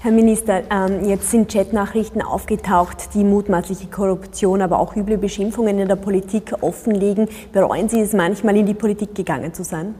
Herr Minister, jetzt sind Chatnachrichten aufgetaucht, die mutmaßliche Korruption, aber auch üble Beschimpfungen in der Politik offenlegen. Bereuen Sie es manchmal, in die Politik gegangen zu sein?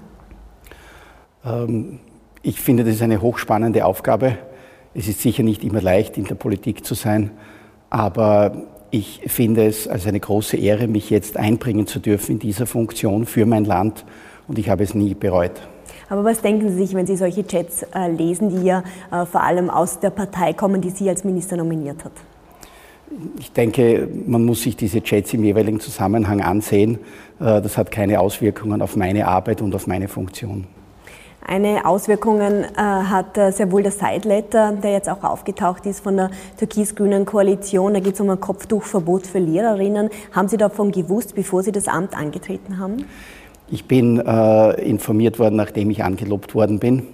Ich finde, das ist eine hochspannende Aufgabe. Es ist sicher nicht immer leicht, in der Politik zu sein, aber ich finde es als eine große Ehre, mich jetzt einbringen zu dürfen in dieser Funktion für mein Land, und ich habe es nie bereut. Aber was denken Sie sich, wenn Sie solche Chats lesen, die ja vor allem aus der Partei kommen, die Sie als Minister nominiert hat? Ich denke, man muss sich diese Chats im jeweiligen Zusammenhang ansehen. Das hat keine Auswirkungen auf meine Arbeit und auf meine Funktion. Eine Auswirkung hat sehr wohl der Side-Letter, der jetzt auch aufgetaucht ist von der türkis-grünen Koalition. Da geht es um ein Kopftuchverbot für Lehrerinnen. Haben Sie davon gewusst, bevor Sie das Amt angetreten haben? Ich bin informiert worden, nachdem ich angelobt worden bin.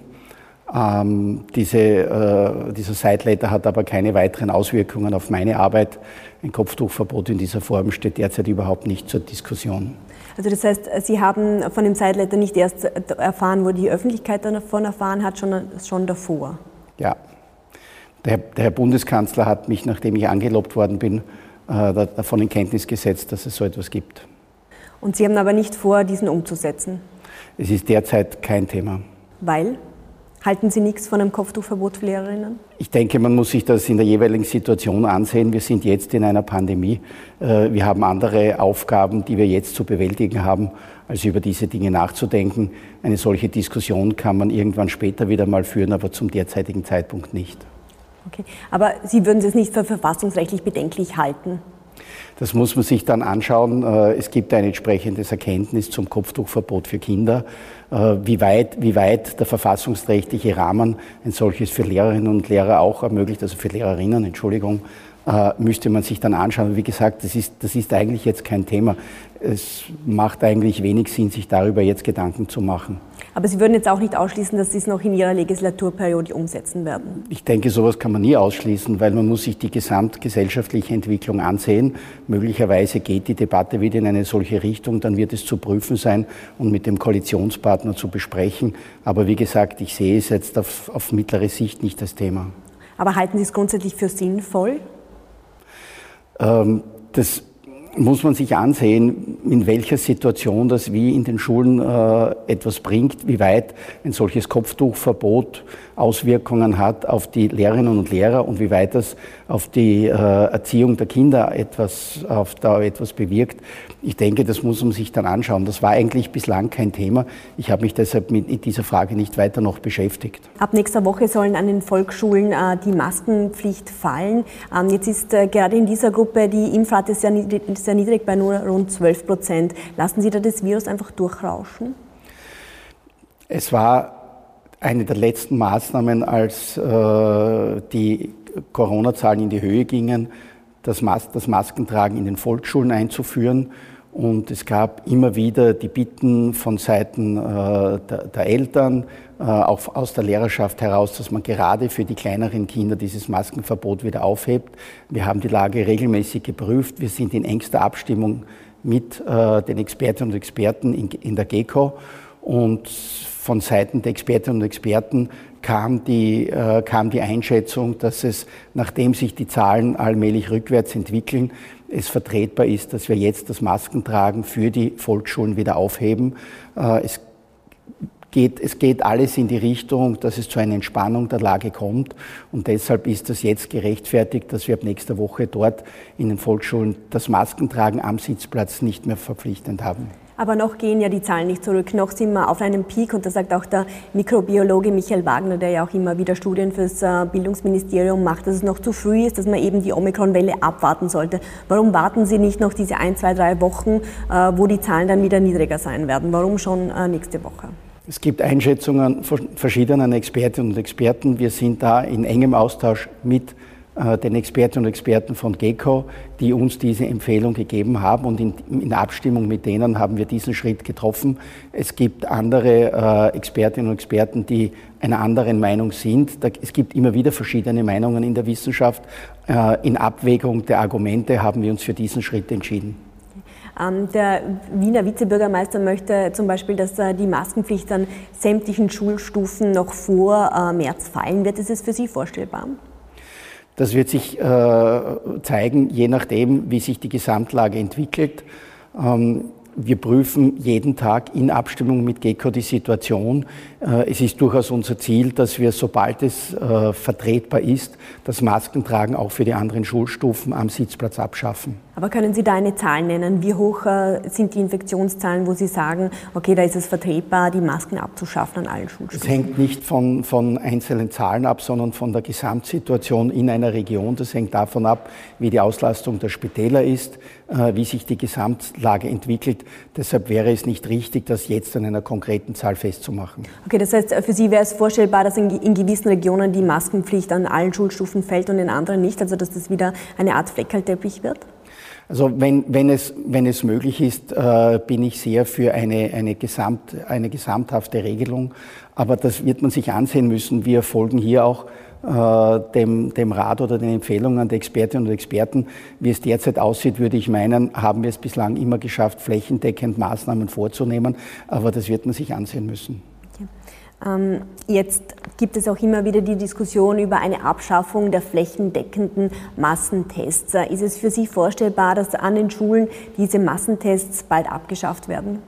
Dieser Side-Letter hat aber keine weiteren Auswirkungen auf meine Arbeit. Ein Kopftuchverbot in dieser Form steht derzeit überhaupt nicht zur Diskussion. Also das heißt, Sie haben von dem Side-Letter nicht erst erfahren, wo die Öffentlichkeit davon erfahren hat, schon davor? Ja. Der Herr Bundeskanzler hat mich, nachdem ich angelobt worden bin, davon in Kenntnis gesetzt, dass es so etwas gibt. Und Sie haben aber nicht vor, diesen umzusetzen? Es ist derzeit kein Thema. Weil? Halten Sie nichts von einem Kopftuchverbot für Lehrerinnen? Ich denke, man muss sich das in der jeweiligen Situation ansehen. Wir sind jetzt in einer Pandemie. Wir haben andere Aufgaben, die wir jetzt zu bewältigen haben, als über diese Dinge nachzudenken. Eine solche Diskussion kann man irgendwann später wieder mal führen, aber zum derzeitigen Zeitpunkt nicht. Okay. Aber Sie würden es nicht für verfassungsrechtlich bedenklich halten? Das muss man sich dann anschauen. Es gibt ein entsprechendes Erkenntnis zum Kopftuchverbot für Kinder. Wie weit der verfassungsrechtliche Rahmen ein solches für Lehrerinnen und Lehrer auch ermöglicht, also für Lehrerinnen, Entschuldigung, müsste man sich dann anschauen. Wie gesagt, das ist eigentlich jetzt kein Thema. Es macht eigentlich wenig Sinn, sich darüber jetzt Gedanken zu machen. Aber Sie würden jetzt auch nicht ausschließen, dass Sie es noch in Ihrer Legislaturperiode umsetzen werden? Ich denke, sowas kann man nie ausschließen, weil man muss sich die gesamtgesellschaftliche Entwicklung ansehen. Möglicherweise geht die Debatte wieder in eine solche Richtung, dann wird es zu prüfen sein und mit dem Koalitionspartner zu besprechen. Aber wie gesagt, ich sehe es jetzt auf mittlere Sicht nicht als Thema. Aber halten Sie es grundsätzlich für sinnvoll? Das muss man sich ansehen, in welcher Situation das wie in den Schulen etwas bringt, wie weit ein solches Kopftuchverbot Auswirkungen hat auf die Lehrerinnen und Lehrer und wie weit das auf die Erziehung der Kinder etwas bewirkt. Ich denke, das muss man sich dann anschauen. Das war eigentlich bislang kein Thema. Ich habe mich deshalb mit dieser Frage nicht weiter noch beschäftigt. Ab nächster Woche sollen an den Volksschulen die Maskenpflicht fallen. Jetzt ist gerade in dieser Gruppe die Impfrate sehr niedrig bei nur rund 12%. Lassen Sie da das Virus einfach durchrauschen? Es war eine der letzten Maßnahmen, als die Corona-Zahlen in die Höhe gingen, das Maskentragen in den Volksschulen einzuführen. Und es gab immer wieder die Bitten von Seiten der Eltern, auch aus der Lehrerschaft heraus, dass man gerade für die kleineren Kinder dieses Maskenverbot wieder aufhebt. Wir haben die Lage regelmäßig geprüft. Wir sind in engster Abstimmung mit den Expertinnen und Experten in der GECO. Und von Seiten der Expertinnen und Experten kam die Einschätzung, dass es, nachdem sich die Zahlen allmählich rückwärts entwickeln, es vertretbar ist, dass wir jetzt das Maskentragen für die Volksschulen wieder aufheben. Es geht alles in die Richtung, dass es zu einer Entspannung der Lage kommt. Und deshalb ist es jetzt gerechtfertigt, dass wir ab nächster Woche dort in den Volksschulen das Maskentragen am Sitzplatz nicht mehr verpflichtend haben. Aber noch gehen ja die Zahlen nicht zurück. Noch sind wir auf einem Peak und das sagt auch der Mikrobiologe Michael Wagner, der ja auch immer wieder Studien fürs Bildungsministerium macht, dass es noch zu früh ist, dass man eben die Omikron-Welle abwarten sollte. Warum warten Sie nicht noch diese 1, 2, 3 Wochen, wo die Zahlen dann wieder niedriger sein werden? Warum schon nächste Woche? Es gibt Einschätzungen von verschiedenen Expertinnen und Experten. Wir sind da in engem Austausch mit den Expertinnen und Experten von GECO, die uns diese Empfehlung gegeben haben, und in Abstimmung mit denen haben wir diesen Schritt getroffen. Es gibt andere Expertinnen und Experten, die einer anderen Meinung sind. Es gibt immer wieder verschiedene Meinungen in der Wissenschaft. In Abwägung der Argumente haben wir uns für diesen Schritt entschieden. Der Wiener Vizebürgermeister möchte zum Beispiel, dass die Maskenpflicht an sämtlichen Schulstufen noch vor März fallen wird. Ist es für Sie vorstellbar? Das wird sich zeigen, je nachdem, wie sich die Gesamtlage entwickelt. Wir prüfen jeden Tag in Abstimmung mit GECO die Situation. Es ist durchaus unser Ziel, dass wir, sobald es vertretbar ist, das Maskentragen auch für die anderen Schulstufen am Sitzplatz abschaffen. Aber können Sie da eine Zahl nennen? Wie hoch sind die Infektionszahlen, wo Sie sagen, okay, da ist es vertretbar, die Masken abzuschaffen an allen Schulstufen? Es hängt nicht von einzelnen Zahlen ab, sondern von der Gesamtsituation in einer Region. Das hängt davon ab, wie die Auslastung der Spitäler ist, wie sich die Gesamtlage entwickelt. Deshalb wäre es nicht richtig, das jetzt an einer konkreten Zahl festzumachen. Okay, das heißt, für Sie wäre es vorstellbar, dass in gewissen Regionen die Maskenpflicht an allen Schulstufen fällt und in anderen nicht, also dass das wieder eine Art Fleckerlteppich wird? Also wenn es möglich ist, bin ich sehr für eine gesamthafte Regelung. Aber das wird man sich ansehen müssen. Wir folgen hier auch dem Rat oder den Empfehlungen der Expertinnen und Experten. Wie es derzeit aussieht, würde ich meinen, haben wir es bislang immer geschafft, flächendeckend Maßnahmen vorzunehmen. Aber das wird man sich ansehen müssen. Okay. Jetzt gibt es auch immer wieder die Diskussion über eine Abschaffung der flächendeckenden Massentests. Ist es für Sie vorstellbar, dass an den Schulen diese Massentests bald abgeschafft werden?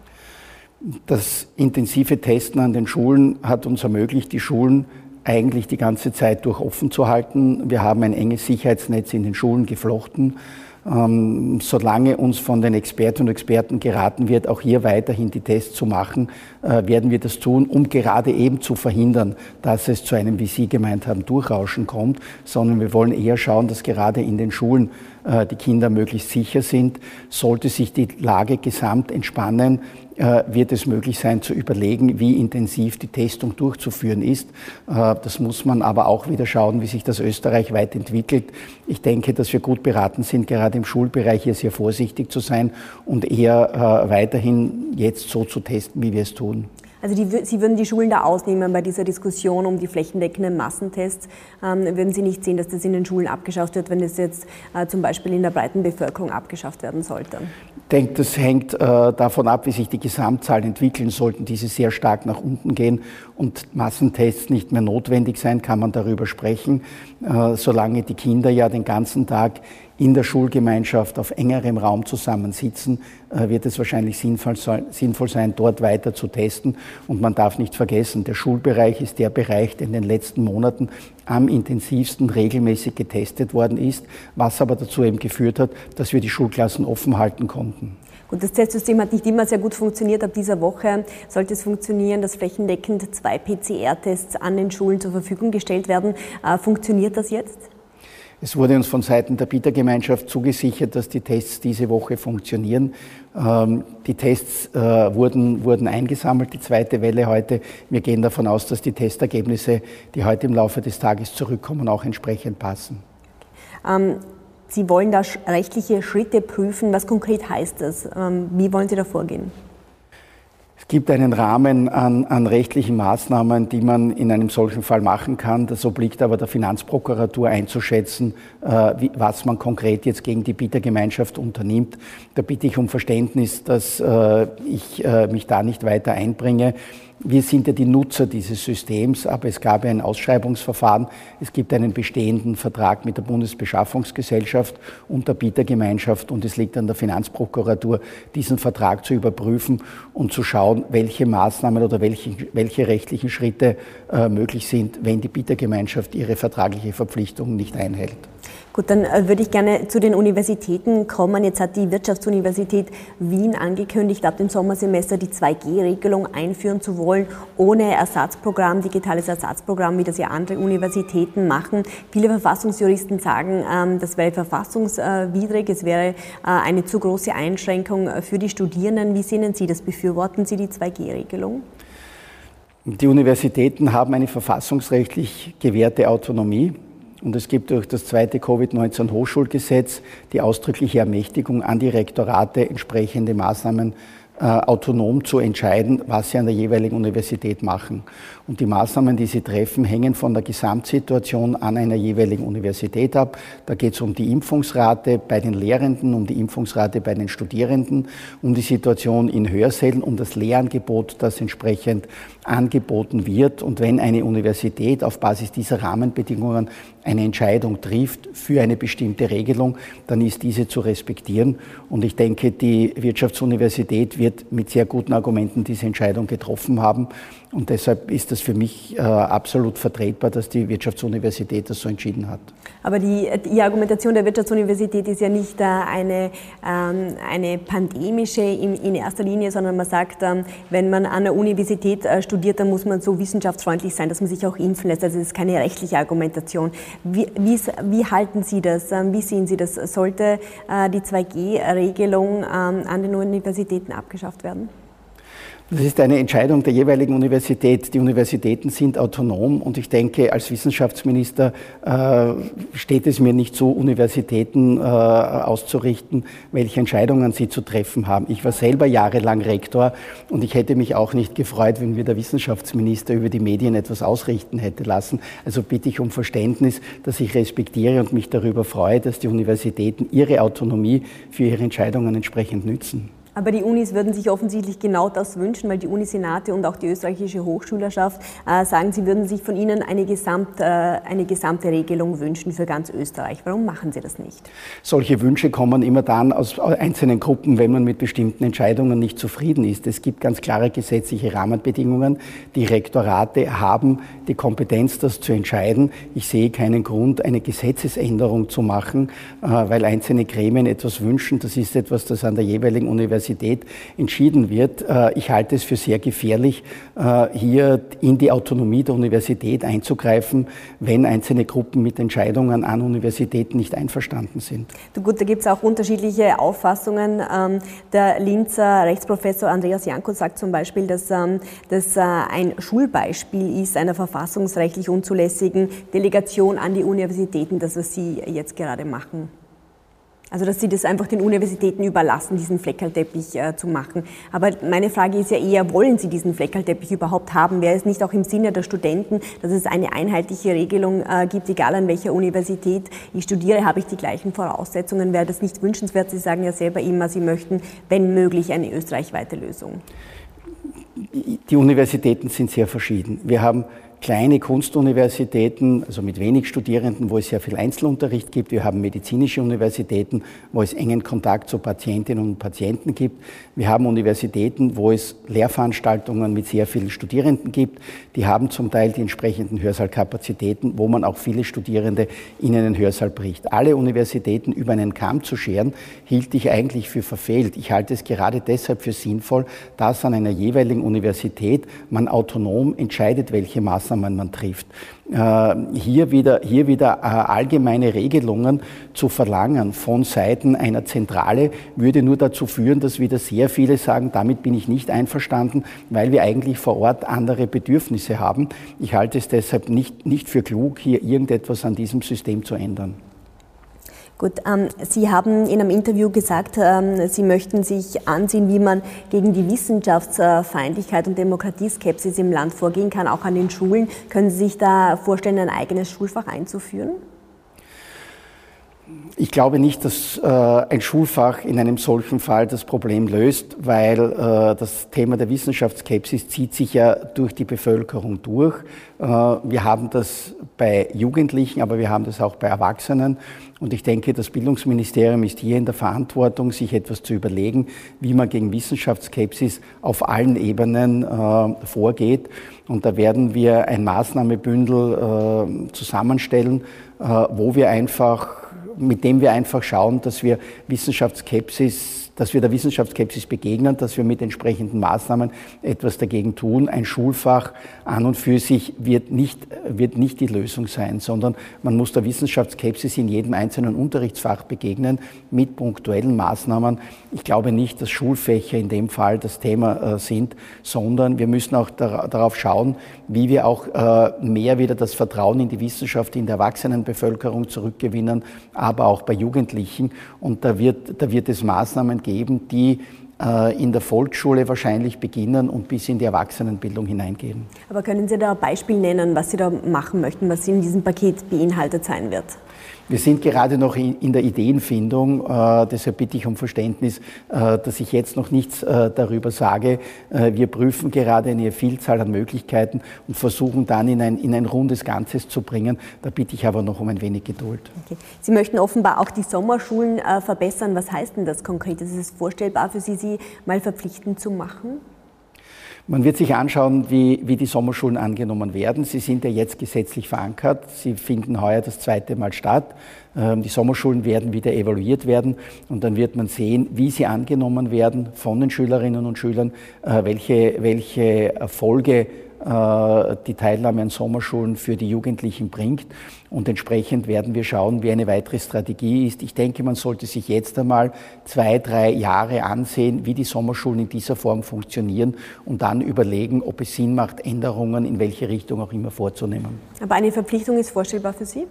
Das intensive Testen an den Schulen hat uns ermöglicht, die Schulen eigentlich die ganze Zeit durch offen zu halten. Wir haben ein enges Sicherheitsnetz in den Schulen geflochten. Solange uns von den Expertinnen und Experten geraten wird, auch hier weiterhin die Tests zu machen, werden wir das tun, um gerade eben zu verhindern, dass es zu einem, wie Sie gemeint haben, Durchrauschen kommt, sondern wir wollen eher schauen, dass gerade in den Schulen die Kinder möglichst sicher sind. Sollte sich die Lage gesamt entspannen, wird es möglich sein zu überlegen, wie intensiv die Testung durchzuführen ist. Das muss man aber auch wieder schauen, wie sich das österreichweit entwickelt. Ich denke, dass wir gut beraten sind, gerade im Schulbereich hier sehr vorsichtig zu sein und eher weiterhin jetzt so zu testen, wie wir es tun. Also Sie würden die Schulen da ausnehmen bei dieser Diskussion um die flächendeckenden Massentests. Würden Sie nicht sehen, dass das in den Schulen abgeschafft wird, wenn es jetzt zum Beispiel in der breiten Bevölkerung abgeschafft werden sollte? Ich denke, das hängt davon ab, wie sich die Gesamtzahlen entwickeln. Sollten diese sehr stark nach unten gehen und Massentests nicht mehr notwendig sein, kann man darüber sprechen. Solange die Kinder ja den ganzen Tag in der Schulgemeinschaft auf engerem Raum zusammensitzen, wird es wahrscheinlich sinnvoll sein, dort weiter zu testen. Und man darf nicht vergessen, der Schulbereich ist der Bereich, der in den letzten Monaten am intensivsten regelmäßig getestet worden ist, was aber dazu eben geführt hat, dass wir die Schulklassen offen halten konnten. Gut, das Testsystem hat nicht immer sehr gut funktioniert. Ab dieser Woche sollte es funktionieren, dass flächendeckend 2 PCR-Tests an den Schulen zur Verfügung gestellt werden. Funktioniert das jetzt? Es wurde uns von Seiten der Bietergemeinschaft zugesichert, dass die Tests diese Woche funktionieren. Die Tests wurden eingesammelt, die zweite Welle heute. Wir gehen davon aus, dass die Testergebnisse, die heute im Laufe des Tages zurückkommen, auch entsprechend passen. Sie wollen da rechtliche Schritte prüfen. Was konkret heißt das? Wie wollen Sie da vorgehen? Es gibt einen Rahmen an rechtlichen Maßnahmen, die man in einem solchen Fall machen kann. Das obliegt aber der Finanzprokuratur einzuschätzen, was man konkret jetzt gegen die Bietergemeinschaft unternimmt. Da bitte ich um Verständnis, dass ich mich da nicht weiter einbringe. Wir sind ja die Nutzer dieses Systems, aber es gab ein Ausschreibungsverfahren. Es gibt einen bestehenden Vertrag mit der Bundesbeschaffungsgesellschaft und der Bietergemeinschaft und es liegt an der Finanzprokuratur, diesen Vertrag zu überprüfen und zu schauen, welche Maßnahmen oder welche rechtlichen Schritte möglich sind, wenn die Bietergemeinschaft ihre vertragliche Verpflichtung nicht einhält. Gut, dann würde ich gerne zu den Universitäten kommen. Jetzt hat die Wirtschaftsuniversität Wien angekündigt, ab dem Sommersemester die 2G-Regelung einführen zu wollen, ohne Ersatzprogramm, digitales Ersatzprogramm, wie das ja andere Universitäten machen. Viele Verfassungsjuristen sagen, das wäre verfassungswidrig, es wäre eine zu große Einschränkung für die Studierenden. Wie sehen Sie das? Befürworten Sie die 2G-Regelung? Die Universitäten haben eine verfassungsrechtlich gewährte Autonomie. Und es gibt durch das zweite Covid-19-Hochschulgesetz die ausdrückliche Ermächtigung an die Rektorate, entsprechende Maßnahmen autonom zu entscheiden, was sie an der jeweiligen Universität machen. Und die Maßnahmen, die sie treffen, hängen von der Gesamtsituation an einer jeweiligen Universität ab. Da geht es um die Impfungsrate bei den Lehrenden, um die Impfungsrate bei den Studierenden, um die Situation in Hörsälen, um das Lehrangebot, das entsprechend angeboten wird. Und wenn eine Universität auf Basis dieser Rahmenbedingungen eine Entscheidung trifft für eine bestimmte Regelung, dann ist diese zu respektieren. Und ich denke, die Wirtschaftsuniversität wird mit sehr guten Argumenten diese Entscheidung getroffen haben. Und deshalb ist das für mich absolut vertretbar, dass die Wirtschaftsuniversität das so entschieden hat. Aber die Argumentation der Wirtschaftsuniversität ist ja nicht eine pandemische in erster Linie, sondern man sagt, wenn man an der Universität studiert, dann muss man so wissenschaftsfreundlich sein, dass man sich auch impfen lässt. Also das ist keine rechtliche Argumentation. Wie halten Sie das? Wie sehen Sie das? Sollte die 2G-Regelung an den Universitäten abgeschafft werden? Das ist eine Entscheidung der jeweiligen Universität. Die Universitäten sind autonom und ich denke, als Wissenschaftsminister steht es mir nicht zu, Universitäten auszurichten, welche Entscheidungen sie zu treffen haben. Ich war selber jahrelang Rektor und ich hätte mich auch nicht gefreut, wenn mir der Wissenschaftsminister über die Medien etwas ausrichten hätte lassen. Also bitte ich um Verständnis, dass ich respektiere und mich darüber freue, dass die Universitäten ihre Autonomie für ihre Entscheidungen entsprechend nützen. Aber die Unis würden sich offensichtlich genau das wünschen, weil die Unisenate und auch die österreichische Hochschülerschaft sagen, sie würden sich von Ihnen eine gesamte Regelung wünschen für ganz Österreich. Warum machen Sie das nicht? Solche Wünsche kommen immer dann aus einzelnen Gruppen, wenn man mit bestimmten Entscheidungen nicht zufrieden ist. Es gibt ganz klare gesetzliche Rahmenbedingungen. Die Rektorate haben die Kompetenz, das zu entscheiden. Ich sehe keinen Grund, eine Gesetzesänderung zu machen, weil einzelne Gremien etwas wünschen. Das ist etwas, das an der jeweiligen Universität entschieden wird. Ich halte es für sehr gefährlich, hier in die Autonomie der Universität einzugreifen, wenn einzelne Gruppen mit Entscheidungen an Universitäten nicht einverstanden sind. Gut, da gibt es auch unterschiedliche Auffassungen. Der Linzer Rechtsprofessor Andreas Janko sagt zum Beispiel, dass das ein Schulbeispiel ist einer verfassungsrechtlich unzulässigen Delegation an die Universitäten, das, was Sie jetzt gerade machen. Also, dass Sie das einfach den Universitäten überlassen, diesen Fleckerlteppich zu machen. Aber meine Frage ist ja eher, wollen Sie diesen Fleckerlteppich überhaupt haben? Wäre es nicht auch im Sinne der Studenten, dass es eine einheitliche Regelung gibt, egal an welcher Universität ich studiere, habe ich die gleichen Voraussetzungen? Wäre das nicht wünschenswert? Sie sagen ja selber immer, Sie möchten, wenn möglich, eine österreichweite Lösung. Die Universitäten sind sehr verschieden. Wir haben kleine Kunstuniversitäten, also mit wenig Studierenden, wo es sehr viel Einzelunterricht gibt. Wir haben medizinische Universitäten, wo es engen Kontakt zu Patientinnen und Patienten gibt. Wir haben Universitäten, wo es Lehrveranstaltungen mit sehr vielen Studierenden gibt. Die haben zum Teil die entsprechenden Hörsaalkapazitäten, wo man auch viele Studierende in einen Hörsaal bringt. Alle Universitäten über einen Kamm zu scheren, hielt ich eigentlich für verfehlt. Ich halte es gerade deshalb für sinnvoll, dass an einer jeweiligen Universität man autonom entscheidet, welche Maßnahmen man trifft. Hier wieder allgemeine Regelungen zu verlangen von Seiten einer Zentrale würde nur dazu führen, dass wieder sehr viele sagen, damit bin ich nicht einverstanden, weil wir eigentlich vor Ort andere Bedürfnisse haben. Ich halte es deshalb nicht für klug, hier irgendetwas an diesem System zu ändern. Gut, Sie haben in einem Interview gesagt, Sie möchten sich ansehen, wie man gegen die Wissenschaftsfeindlichkeit und Demokratieskepsis im Land vorgehen kann, auch an den Schulen. Können Sie sich da vorstellen, ein eigenes Schulfach einzuführen? Ich glaube nicht, dass ein Schulfach in einem solchen Fall das Problem löst, weil das Thema der Wissenschaftsskepsis zieht sich ja durch die Bevölkerung durch. Wir haben das bei Jugendlichen, aber wir haben das auch bei Erwachsenen. Und ich denke, das Bildungsministerium ist hier in der Verantwortung, sich etwas zu überlegen, wie man gegen Wissenschaftsskepsis auf allen Ebenen vorgeht. Und da werden wir ein Maßnahmenbündel zusammenstellen, mit dem wir einfach schauen, dass wir der Wissenschaftsskepsis begegnen, dass wir mit entsprechenden Maßnahmen etwas dagegen tun. Ein Schulfach an und für sich wird nicht die Lösung sein, sondern man muss der Wissenschaftsskepsis in jedem einzelnen Unterrichtsfach begegnen mit punktuellen Maßnahmen. Ich glaube nicht, dass Schulfächer in dem Fall das Thema sind, sondern wir müssen auch darauf schauen, wie wir auch mehr wieder das Vertrauen in die Wissenschaft in der Erwachsenenbevölkerung zurückgewinnen, aber auch bei Jugendlichen. Und da wird es Maßnahmen geben, die in der Volksschule wahrscheinlich beginnen und bis in die Erwachsenenbildung hineingehen. Aber können Sie da ein Beispiel nennen, was Sie da machen möchten, was in diesem Paket beinhaltet sein wird? Wir sind gerade noch in der Ideenfindung, deshalb bitte ich um Verständnis, dass ich jetzt noch nichts darüber sage. Wir prüfen gerade eine Vielzahl an Möglichkeiten und versuchen dann in ein rundes Ganzes zu bringen. Da bitte ich aber noch um ein wenig Geduld. Okay. Sie möchten offenbar auch die Sommerschulen verbessern. Was heißt denn das konkret? Ist es vorstellbar für Sie, sie mal verpflichtend zu machen? Man wird sich anschauen, wie die Sommerschulen angenommen werden. Sie sind ja jetzt gesetzlich verankert. Sie finden heuer das 2. Mal statt. Die Sommerschulen werden wieder evaluiert werden und dann wird man sehen, wie sie angenommen werden von den Schülerinnen und Schülern, welche Erfolge die Teilnahme an Sommerschulen für die Jugendlichen bringt. Und entsprechend werden wir schauen, wie eine weitere Strategie ist. Ich denke, man sollte sich jetzt einmal 2, 3 Jahre ansehen, wie die Sommerschulen in dieser Form funktionieren und dann überlegen, ob es Sinn macht, Änderungen in welche Richtung auch immer vorzunehmen. Aber eine Verpflichtung ist vorstellbar für Sie?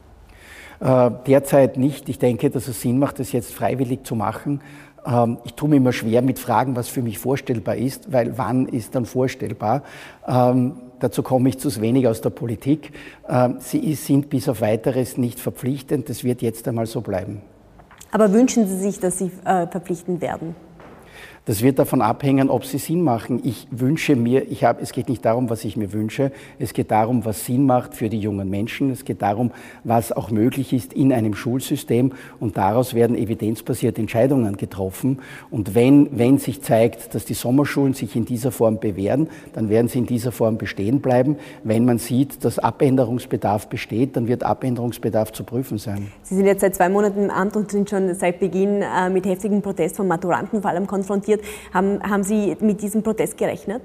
Derzeit nicht. Ich denke, dass es Sinn macht, das jetzt freiwillig zu machen. Ich tue mir immer schwer mit Fragen, was für mich vorstellbar ist, weil wann ist dann vorstellbar? Dazu komme ich zu wenig aus der Politik. Sie sind bis auf Weiteres nicht verpflichtend. Das wird jetzt einmal so bleiben. Aber wünschen Sie sich, dass Sie verpflichtend werden? Das wird davon abhängen, ob sie Sinn machen. Ich wünsche mir, es geht nicht darum, was ich mir wünsche, es geht darum, was Sinn macht für die jungen Menschen, es geht darum, was auch möglich ist in einem Schulsystem und daraus werden evidenzbasierte Entscheidungen getroffen. Und wenn sich zeigt, dass die Sommerschulen sich in dieser Form bewähren, dann werden sie in dieser Form bestehen bleiben. Wenn man sieht, dass Abänderungsbedarf besteht, dann wird Abänderungsbedarf zu prüfen sein. Sie sind jetzt seit 2 Monaten im Amt und sind schon seit Beginn mit heftigem Protest von Maturanten vor allem konfrontiert. Haben Sie mit diesem Protest gerechnet?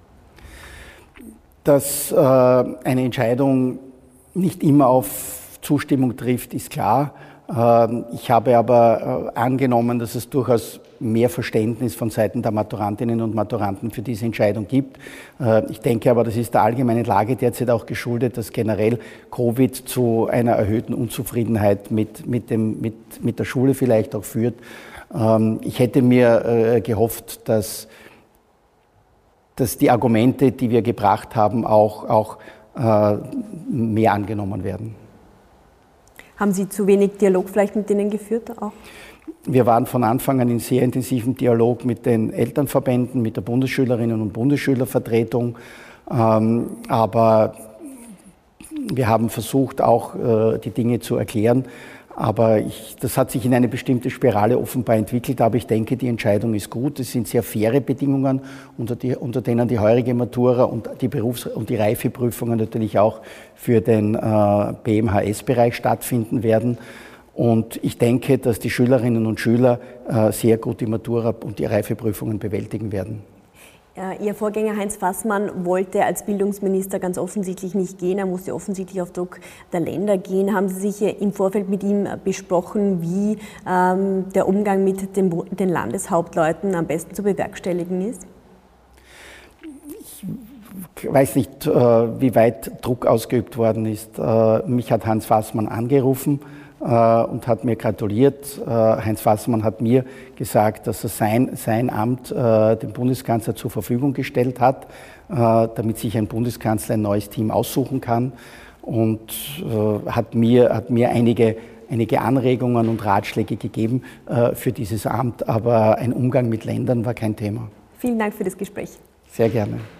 Dass eine Entscheidung nicht immer auf Zustimmung trifft, ist klar. Ich habe aber angenommen, dass es durchaus mehr Verständnis von Seiten der Maturantinnen und Maturanten für diese Entscheidung gibt. Ich denke aber, das ist der allgemeinen Lage derzeit auch geschuldet, dass generell Covid zu einer erhöhten Unzufriedenheit mit der Schule vielleicht auch führt. Ich hätte mir gehofft, dass die Argumente, die wir gebracht haben, auch mehr angenommen werden. Haben Sie zu wenig Dialog vielleicht mit denen geführt auch? Wir waren von Anfang an in sehr intensiven Dialog mit den Elternverbänden, mit der Bundesschülerinnen- und Bundesschülervertretung. Aber wir haben versucht, auch die Dinge zu erklären. Aber das hat sich in eine bestimmte Spirale offenbar entwickelt. Aber ich denke, die Entscheidung ist gut. Es sind sehr faire Bedingungen, unter denen die heurige Matura und die und die Reifeprüfungen natürlich auch für den BMHS-Bereich stattfinden werden. Und ich denke, dass die Schülerinnen und Schüler sehr gut die Matura und die Reifeprüfungen bewältigen werden. Ihr Vorgänger Heinz Fassmann wollte als Bildungsminister ganz offensichtlich nicht gehen. Er musste offensichtlich auf Druck der Länder gehen. Haben Sie sich im Vorfeld mit ihm besprochen, wie der Umgang mit den Landeshauptleuten am besten zu bewerkstelligen ist? Ich weiß nicht, wie weit Druck ausgeübt worden ist. Mich hat Heinz Fassmann angerufen und hat mir gratuliert. Heinz Fassmann hat mir gesagt, dass er sein Amt dem Bundeskanzler zur Verfügung gestellt hat, damit sich ein Bundeskanzler ein neues Team aussuchen kann und hat mir einige Anregungen und Ratschläge gegeben für dieses Amt, aber ein Umgang mit Ländern war kein Thema. Vielen Dank für das Gespräch. Sehr gerne.